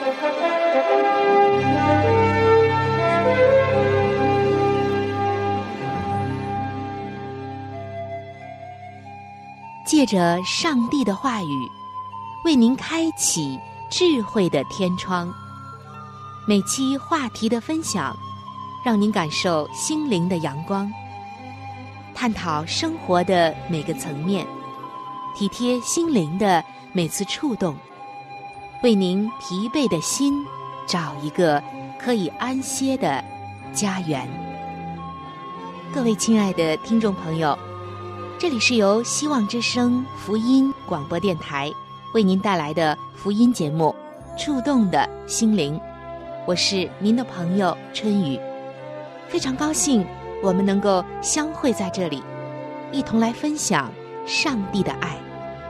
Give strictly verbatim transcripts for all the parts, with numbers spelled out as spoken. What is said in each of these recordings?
借着上帝的话语，为您开启智慧的天窗。每期话题的分享，让您感受心灵的阳光，探讨生活的每个层面，体贴心灵的每次触动，为您疲惫的心找一个可以安歇的家园。各位亲爱的听众朋友，这里是由希望之声福音广播电台为您带来的福音节目《触动的心灵》，我是您的朋友春雨，非常高兴我们能够相会在这里，一同来分享上帝的爱。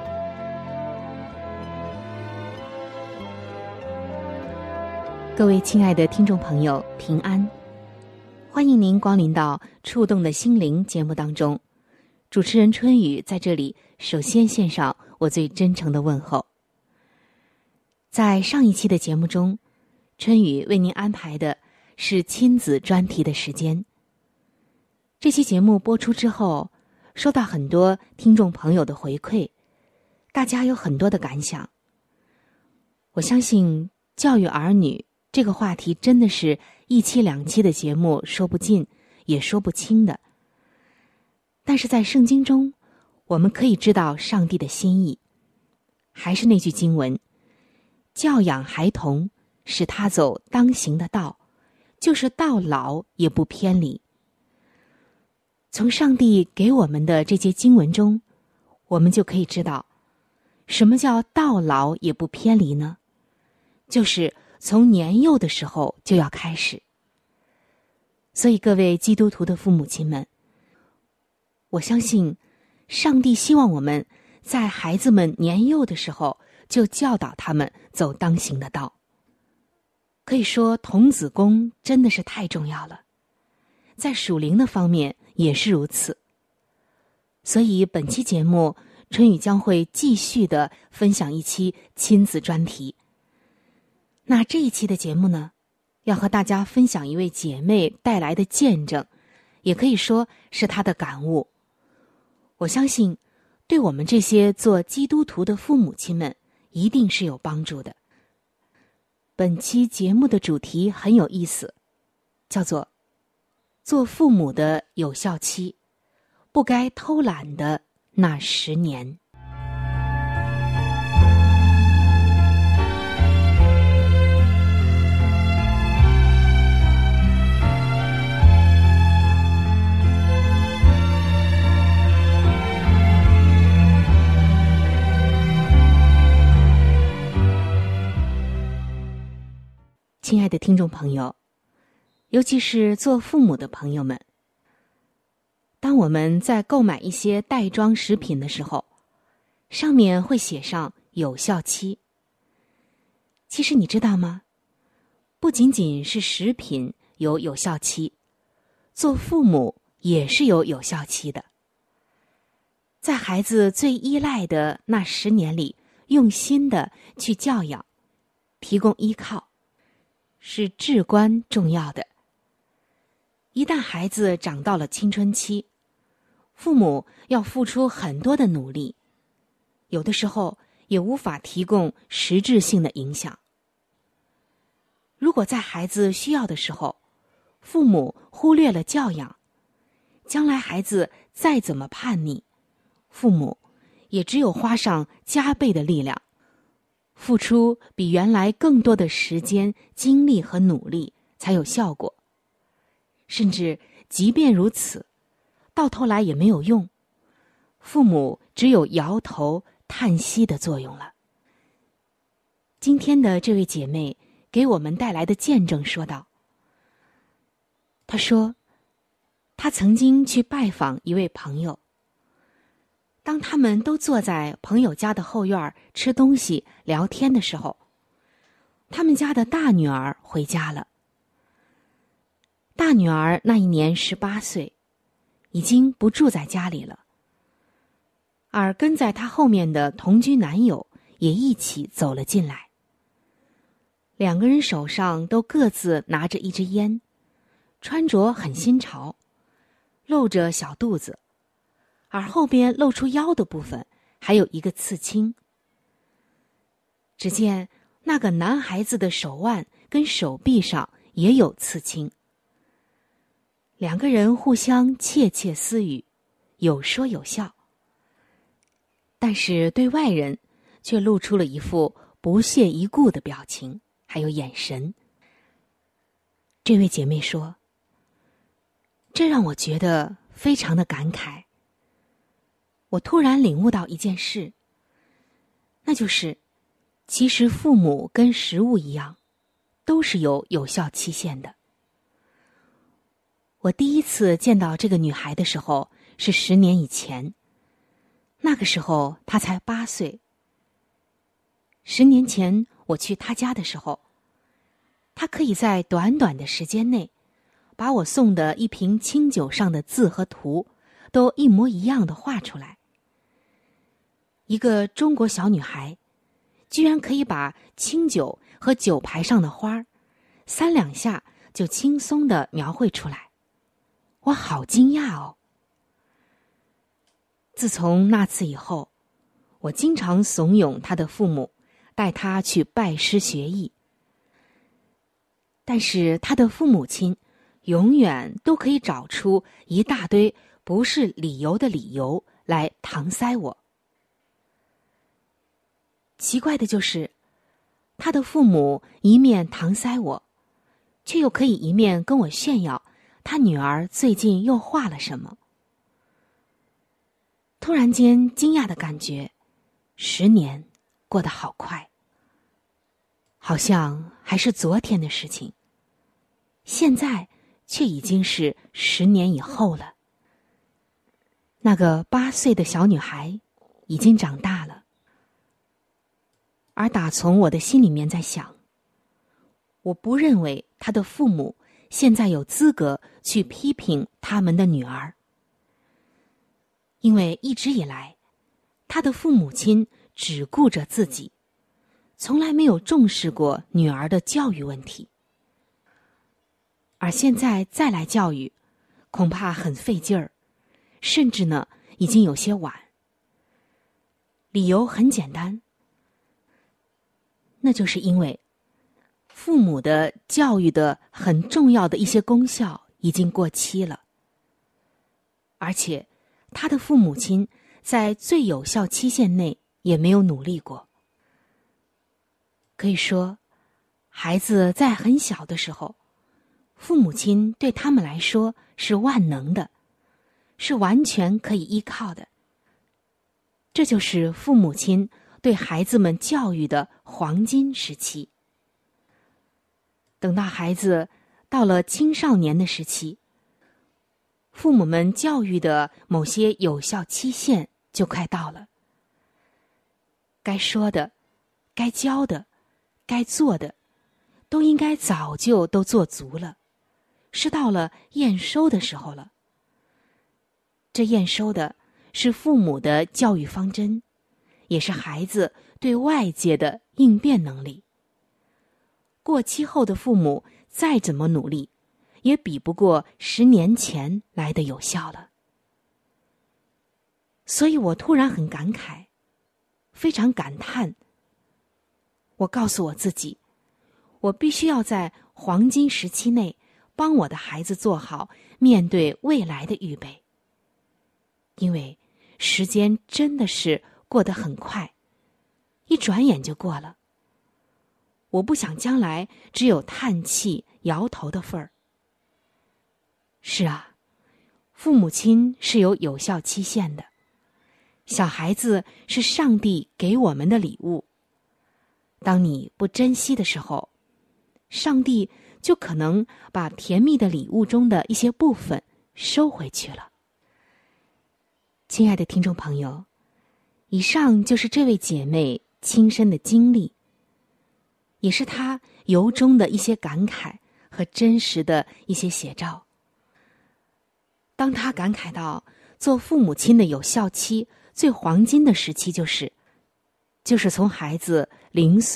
各位亲爱的听众朋友，平安，欢迎您光临到《触动的心灵》节目当中。主持人春雨在这里首先献上我最真诚的问候。在上一期的节目中，春雨为您安排的是亲子专题的时间。这期节目播出之后，收到很多听众朋友的回馈，大家有很多的感想。我相信教育儿女这个话题真的是一期两期的节目说不尽也说不清的，但是在圣经中，我们可以知道上帝的心意。还是那句经文，教养孩童，使他走当行的道，就是到老也不偏离。从上帝给我们的这些经文中，我们就可以知道，什么叫到老也不偏离呢？就是从年幼的时候就要开始。所以各位基督徒的父母亲们，我相信上帝希望我们在孩子们年幼的时候就教导他们走当行的道。可以说童子功真的是太重要了，在属灵的方面也是如此。所以本期节目春雨将会继续的分享一期亲子专题。那这一期的节目呢，要和大家分享一位姐妹带来的见证，也可以说是她的感悟。我相信对我们这些做基督徒的父母亲们一定是有帮助的。本期节目的主题很有意思，叫做做父母的有效期，不该偷懒的那十年。亲爱的听众朋友，尤其是做父母的朋友们，当我们在购买一些袋装食品的时候，上面会写上有效期。其实你知道吗？不仅仅是食品有有效期，做父母也是有有效期的。在孩子最依赖的那十年里，用心的去教养，提供依靠，是至关重要的。一旦孩子长到了青春期，父母要付出很多的努力，有的时候也无法提供实质性的影响。如果在孩子需要的时候，父母忽略了教养，将来孩子再怎么叛逆，父母也只有花上加倍的力量，付出比原来更多的时间、精力和努力才有效果。甚至即便如此，到头来也没有用，父母只有摇头叹息的作用了。今天的这位姐妹给我们带来的见证说道，她说她曾经去拜访一位朋友，当他们都坐在朋友家的后院吃东西聊天的时候，他们家的大女儿回家了。大女儿那一年十八岁，已经不住在家里了，而跟在她后面的同居男友也一起走了进来。 两个人手上都各自拿着一支烟，穿着很新潮，露着小肚子，而后边露出腰的部分还有一个刺青。只见那个男孩子的手腕跟手臂上也有刺青。两个人互相窃窃私语，有说有笑，但是对外人却露出了一副不屑一顾的表情，还有眼神。这位姐妹说，这让我觉得非常的感慨。我突然领悟到一件事，那就是其实父母跟食物一样，都是有有效期限的。我第一次见到这个女孩的时候是十年以前，那个时候她才八岁。十年前我去她家的时候，她可以在短短的时间内，把我送的一瓶清酒上的字和图都一模一样的画出来。一个中国小女孩，居然可以把清酒和酒牌上的花三两下就轻松地描绘出来，我好惊讶哦。自从那次以后，我经常怂恿他的父母带他去拜师学艺，但是他的父母亲永远都可以找出一大堆不是理由的理由来搪塞我。奇怪的就是，他的父母一面搪塞我，却又可以一面跟我炫耀他女儿最近又画了什么。突然间惊讶的感觉，十年过得好快，好像还是昨天的事情，现在却已经是十年以后了。那个八岁的小女孩已经长大了，而打从我的心里面在想，我不认为她的父母现在有资格去批评他们的女儿，因为一直以来，她的父母亲只顾着自己，从来没有重视过女儿的教育问题。而现在再来教育，恐怕很费劲儿，甚至呢，已经有些晚。理由很简单，那就是因为父母的教育的很重要的一些功效已经过期了，而且他的父母亲在最有效期限内也没有努力过。可以说，孩子在很小的时候，父母亲对他们来说是万能的，是完全可以依靠的。这就是父母亲对孩子们教育的黄金时期。等到孩子到了青少年的时期，父母们教育的某些有效期限就快到了。该说的，该教的，该做的，都应该早就都做足了，是到了验收的时候了。这验收的是父母的教育方针，也是孩子对外界的应变能力。过期后的父母再怎么努力，也比不过十年前来的有效了。所以我突然很感慨，非常感叹。我告诉我自己，我必须要在黄金时期内帮我的孩子做好面对未来的预备。因为时间真的是过得很快，一转眼就过了。我不想将来只有叹气摇头的份儿。是啊，父母亲是有有效期限的，小孩子是上帝给我们的礼物。当你不珍惜的时候，上帝就可能把甜蜜的礼物中的一些部分收回去了。亲爱的听众朋友，以上就是这位姐妹亲身的经历，也是她由衷的一些感慨和真实的一些写照。当她感慨到做父母亲的有效期最黄金的时期就是就是从孩子零岁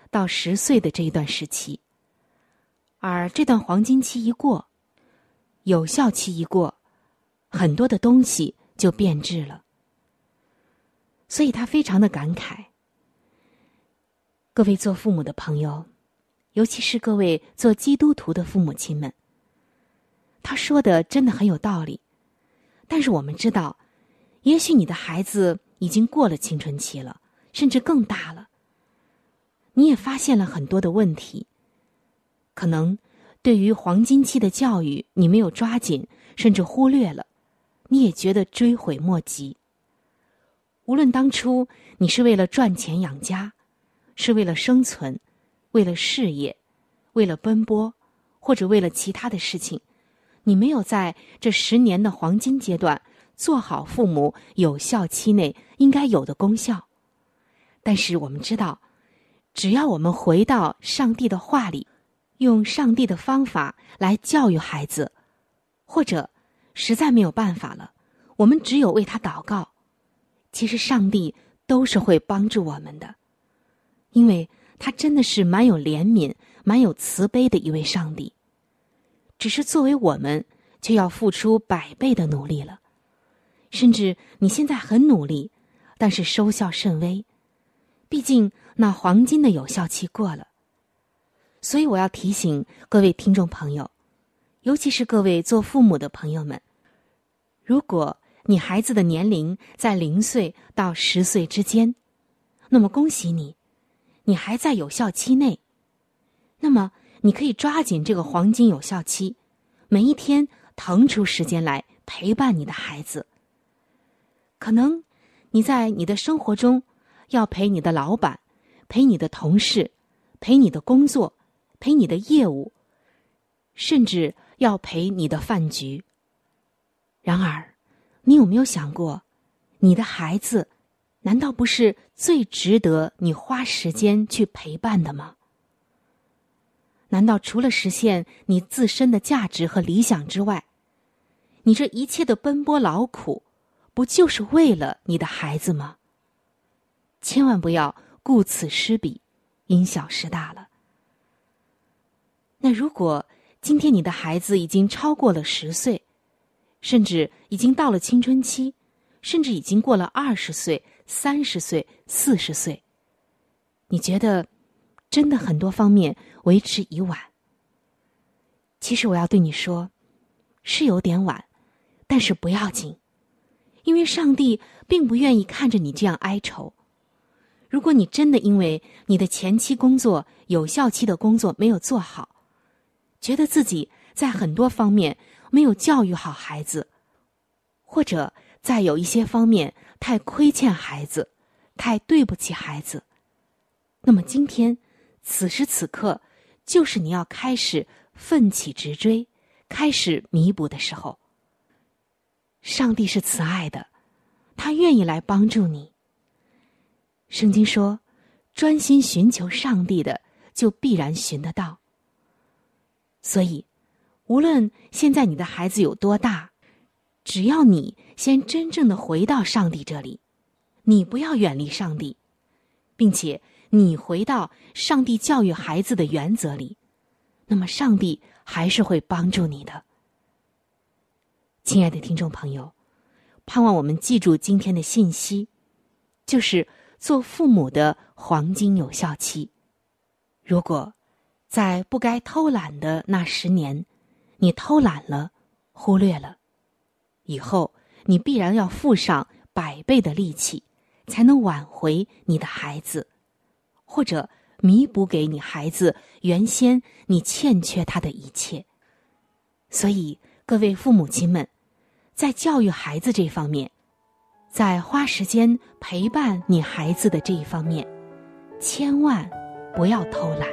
到十岁的这一段时期。而这段黄金期一过，有效期一过，很多的东西就变质了。所以他非常的感慨。各位做父母的朋友，尤其是各位做基督徒的父母亲们，他说的真的很有道理。但是我们知道，也许你的孩子已经过了青春期了，甚至更大了。你也发现了很多的问题，可能对于黄金期的教育你没有抓紧，甚至忽略了，你也觉得追悔莫及。无论当初你是为了赚钱养家，是为了生存，为了事业，为了奔波，或者为了其他的事情，你没有在这十年的黄金阶段做好父母有效期内应该有的功效。但是我们知道，只要我们回到上帝的话里，用上帝的方法来教育孩子，或者实在没有办法了，我们只有为他祷告，其实上帝都是会帮助我们的，因为他真的是蛮有怜悯、蛮有慈悲的一位上帝。只是作为我们，却要付出百倍的努力了。甚至你现在很努力，但是收效甚微，毕竟那黄金的有效期过了。所以我要提醒各位听众朋友，尤其是各位做父母的朋友们，如果你孩子的年龄在零岁到十岁之间，那么恭喜你，你还在有效期内。那么你可以抓紧这个黄金有效期，每一天腾出时间来陪伴你的孩子。可能你在你的生活中要陪你的老板，陪你的同事，陪你的工作，陪你的业务，甚至要陪你的饭局。然而，你有没有想过，你的孩子难道不是最值得你花时间去陪伴的吗？难道除了实现你自身的价值和理想之外，你这一切的奔波劳苦，不就是为了你的孩子吗？千万不要顾此失彼，因小失大了。那如果今天你的孩子已经超过了十岁，甚至已经到了青春期，甚至已经过了二十岁、三十岁、四十岁，你觉得真的很多方面为时已晚？其实我要对你说，是有点晚，但是不要紧，因为上帝并不愿意看着你这样哀愁。如果你真的因为你的前期工作、有效期的工作没有做好，觉得自己在很多方面没有教育好孩子，或者在有一些方面太亏欠孩子，太对不起孩子，那么今天此时此刻就是你要开始奋起直追，开始弥补的时候。上帝是慈爱的，他愿意来帮助你。圣经说，专心寻求上帝的，就必然寻得到。所以无论现在你的孩子有多大，只要你先真正的回到上帝这里，你不要远离上帝，并且你回到上帝教育孩子的原则里，那么上帝还是会帮助你的。亲爱的听众朋友，盼望我们记住今天的信息，就是做父母的黄金有效期。如果在不该偷懒的那十年，你偷懒了，忽略了，以后你必然要付上百倍的力气，才能挽回你的孩子，或者弥补给你孩子原先你欠缺他的一切。所以各位父母亲们，在教育孩子这方面，在花时间陪伴你孩子的这一方面，千万不要偷懒。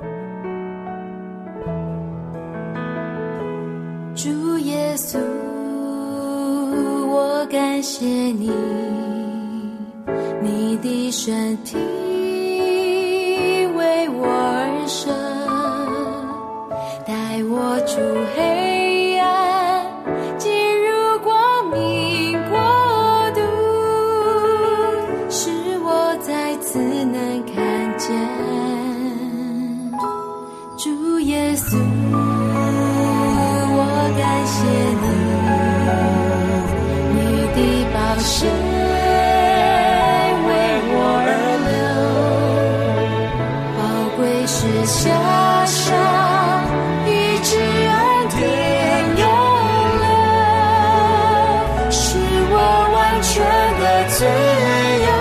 主耶稣，我感谢你，你的身体为我而生，带我出黑暗，进入光明国度，使我再次能看见主耶稣，我感谢你，你的宝血为我而流，宝贵是加上医治恩典永留，使我完全的自由。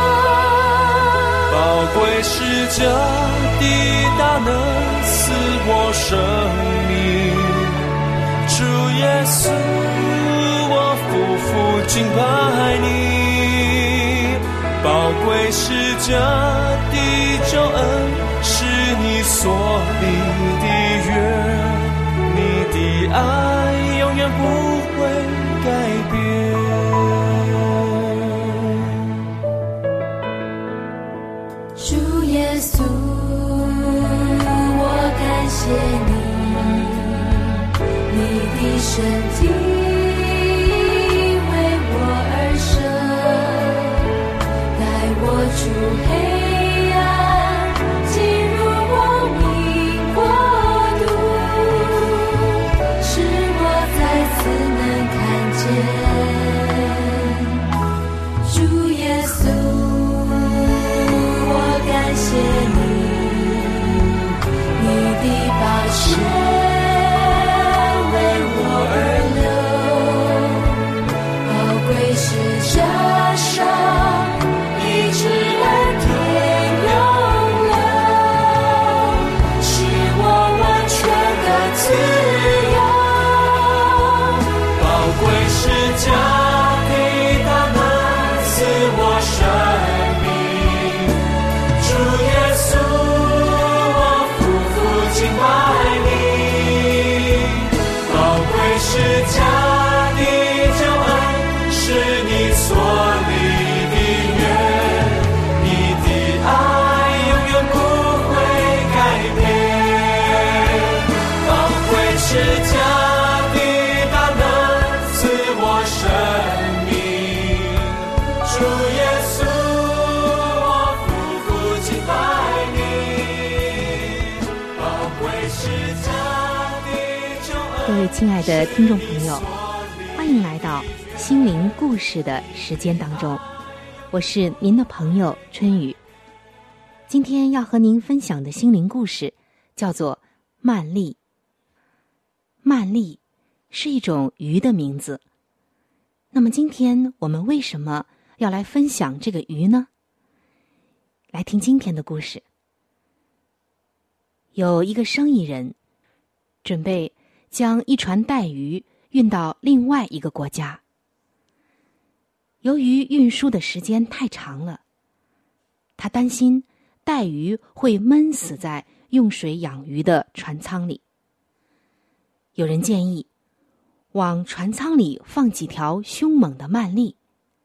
宝贵是加的大能赐我生命，主耶稣，我夫妇敬拜你。宝贵是加的救恩，是你所立的约，你的爱永远不会改变。 主耶稣，我感谢你，你的身体为我而生，带我出黑暗，进入光明国度，使我再次能看见主耶稣。感谢你，你的宝血为我而流，宝贵是加上医治恩典永留，使我完全的自由。 宝贵是加的大能赐我生命，主耶稣，我夫妇敬拜你。宝贵是加的救恩，是你所立的约，你的爱永远不会改变。宝贵是加的大能赐我生命，主耶稣， 各位亲爱的听众朋友，欢迎来到心灵故事的时间当中，我是您的朋友春雨。今天要和您分享的心灵故事叫做曼丽。曼丽是一种鱼的名字。那么今天我们为什么要来分享这个鱼呢？来听今天的故事。有一个生意人准备将一船带鱼运到另外一个国家。由于运输的时间太长了，他担心带鱼会闷死在用水养鱼的船舱里。有人建议往船舱里放几条凶猛的鳗鲡。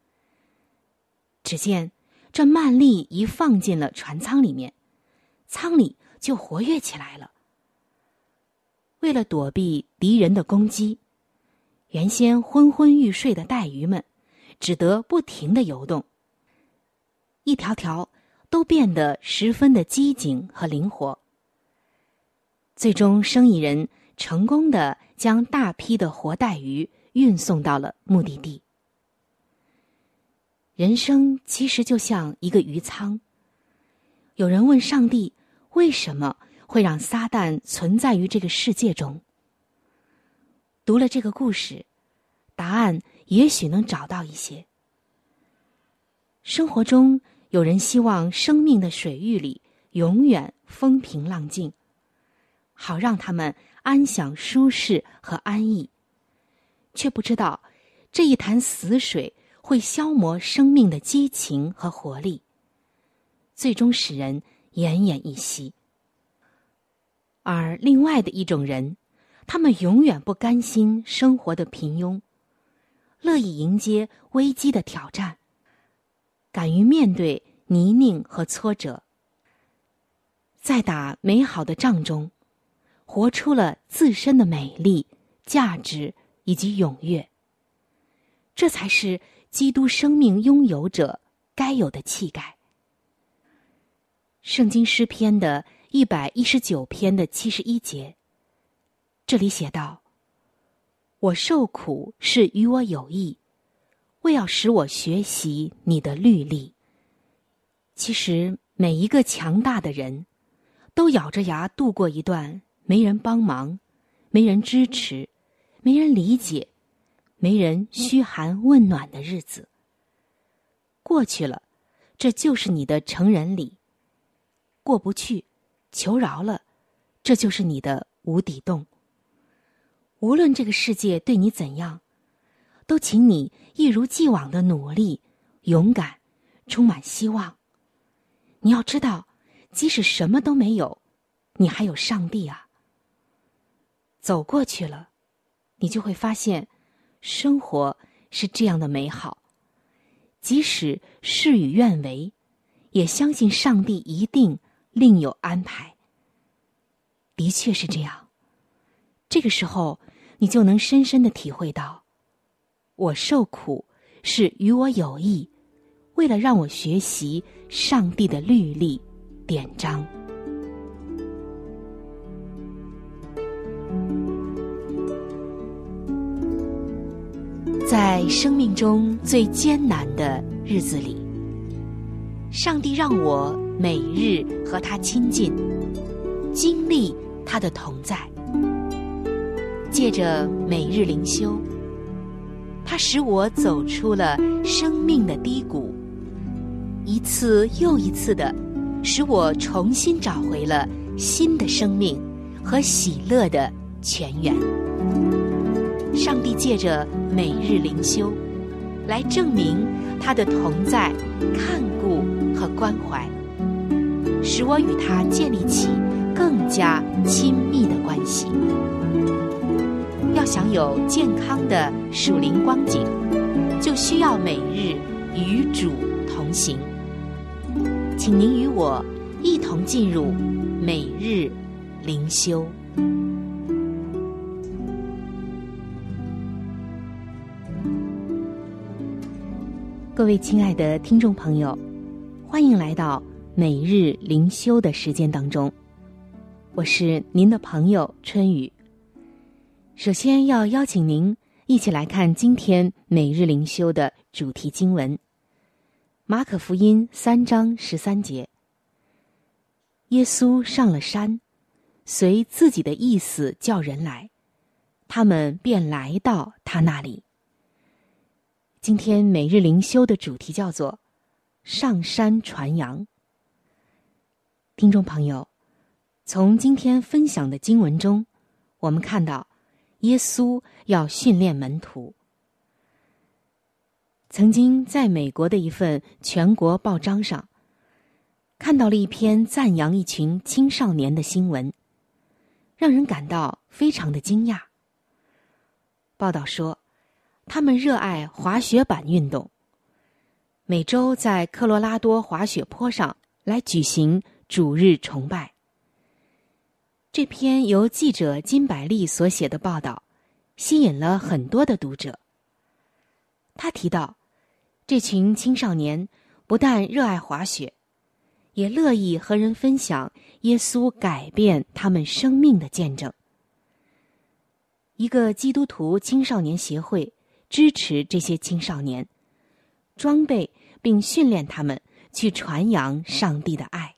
只见这鳗鲡一放进了船舱里面，舱里就活跃起来了。为了躲避敌人的攻击，原先昏昏欲睡的带鱼们只得不停地游动，一条条都变得十分的机警和灵活。最终生意人成功地将大批的活带鱼运送到了目的地。人生其实就像一个鱼舱。有人问上帝，为什么会让撒旦存在于这个世界中？读了这个故事，答案也许能找到一些。生活中有人希望生命的水域里永远风平浪静，好让他们安享舒适和安逸，却不知道这一潭死水会消磨生命的激情和活力，最终使人奄奄一息。而另外的一种人，他们永远不甘心生活的平庸，乐意迎接危机的挑战，敢于面对泥泞和挫折，在打美好的仗中活出了自身的美丽、价值以及踊跃。这才是基督生命拥有者该有的气概。 圣经诗篇的一百一十九篇的七十一节，这里写道：我受苦是与我有益，为要使我学习你的律例。其实每一个强大的人都咬着牙度过一段没人帮忙、没人支持、没人理解、没人嘘寒问暖的日子。过去了，这就是你的成人礼；过不去，求饶了，这就是你的无底洞。无论这个世界对你怎样，都请你一如既往的努力、勇敢、充满希望。你要知道，即使什么都没有，你还有上帝啊。走过去了，你就会发现，生活是这样的美好。即使事与愿违，也相信上帝一定另有安排。的确是这样。这个时候，你就能深深地体会到，我受苦是与我有益，为了让我学习上帝的律例典章。在生命中最艰难的日子里，上帝让我每日和他亲近，经历他的同在。借着每日灵修，他使我走出了生命的低谷，一次又一次的使我重新找回了新的生命和喜乐的泉源。上帝借着每日灵修来证明他的同在、看顾和关怀，使我与他建立起更加亲密的关系。要享有健康的属灵光景，就需要每日与主同行。请您与我一同进入每日灵修。各位亲爱的听众朋友，欢迎来到每日灵修的时间当中，我是您的朋友春雨。首先要邀请您一起来看今天每日灵修的主题经文，马可福音三章十三节。耶稣上了山，随自己的意思叫人来，他们便来到他那里。今天每日灵修的主题叫做上山传扬。听众朋友，从今天分享的经文中，我们看到耶稣要训练门徒。曾经在美国的一份全国报章上，看到了一篇赞扬一群青少年的新闻，让人感到非常的惊讶。报道说，他们热爱滑雪板运动，每周在科罗拉多滑雪坡上来举行主日崇拜。这篇由记者金百利所写的报道吸引了很多的读者。他提到，这群青少年不但热爱滑雪，也乐意和人分享耶稣改变他们生命的见证。一个基督徒青少年协会支持这些青少年，装备并训练他们去传扬上帝的爱。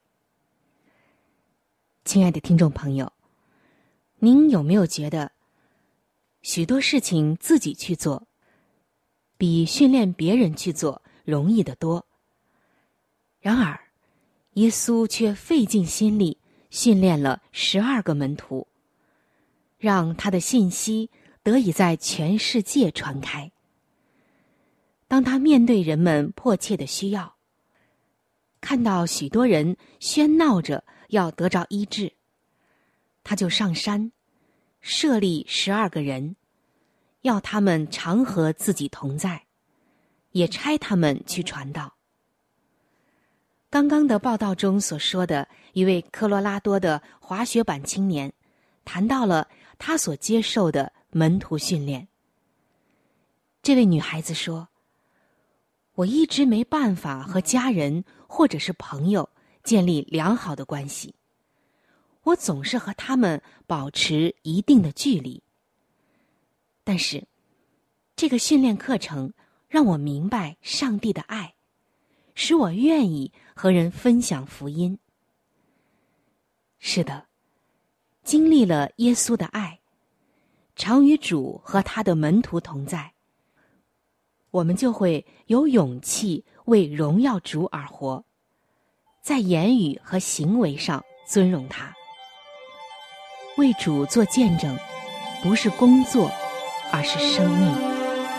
亲爱的听众朋友，您有没有觉得许多事情自己去做，比训练别人去做容易得多？然而，耶稣却费尽心力训练了十二个门徒，让他的信息得以在全世界传开。当他面对人们迫切的需要，看到许多人喧闹着要得着医治，他就上山，设立十二个人，要他们常和自己同在，也差他们去传道。刚刚的报道中所说的一位科罗拉多的滑雪板青年，谈到了他所接受的门徒训练。这位女孩子说，我一直没办法和家人或者是朋友建立良好的关系，我总是和他们保持一定的距离。但是，这个训练课程让我明白上帝的爱，使我愿意和人分享福音。是的，经历了耶稣的爱，常与主和他的门徒同在，我们就会有勇气为荣耀主而活，在言语和行为上尊荣他。为主做见证，不是工作，而是生命。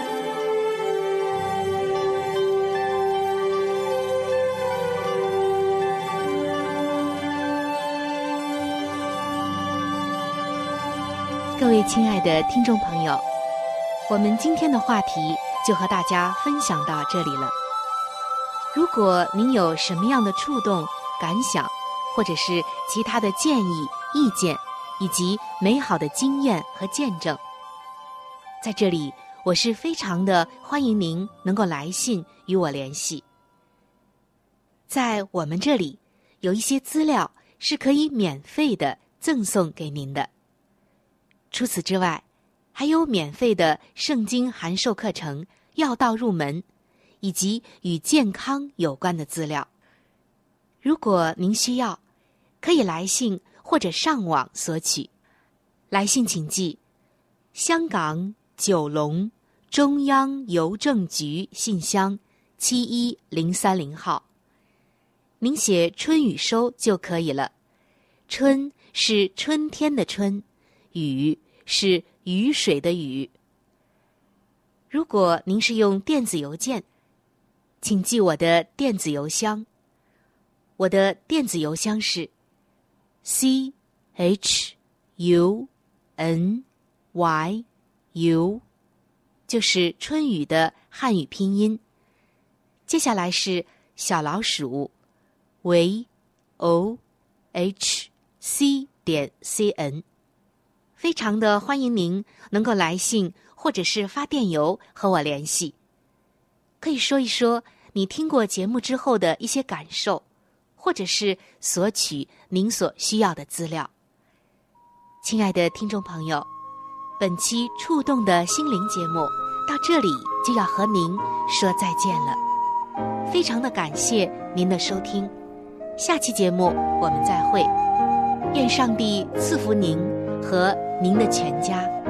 各位亲爱的听众朋友，我们今天的话题就和大家分享到这里了。如果您有什么样的触动、感想，或者是其他的建议、意见，以及美好的经验和见证，在这里我是非常的欢迎您能够来信与我联系。在我们这里有一些资料是可以免费的赠送给您的。除此之外，还有免费的圣经函授课程、要道入门，以及与健康有关的资料。如果您需要，可以来信或者上网索取。来信请寄香港九龙中央邮政局信箱七一零三零号。您写春雨收就可以了。春是春天的春，雨是雨水的雨。如果您是用电子邮件，请记我的电子邮箱。我的电子邮箱是 c h u n y u， 就是春雨的汉语拼音。接下来是小老鼠 v o h c 点 c n。非常的欢迎您能够来信或者是发电邮和我联系，可以说一说你听过节目之后的一些感受，或者是索取您所需要的资料。亲爱的听众朋友，本期触动的心灵节目到这里就要和您说再见了，非常的感谢您的收听，下期节目我们再会，愿上帝赐福您和您的全家。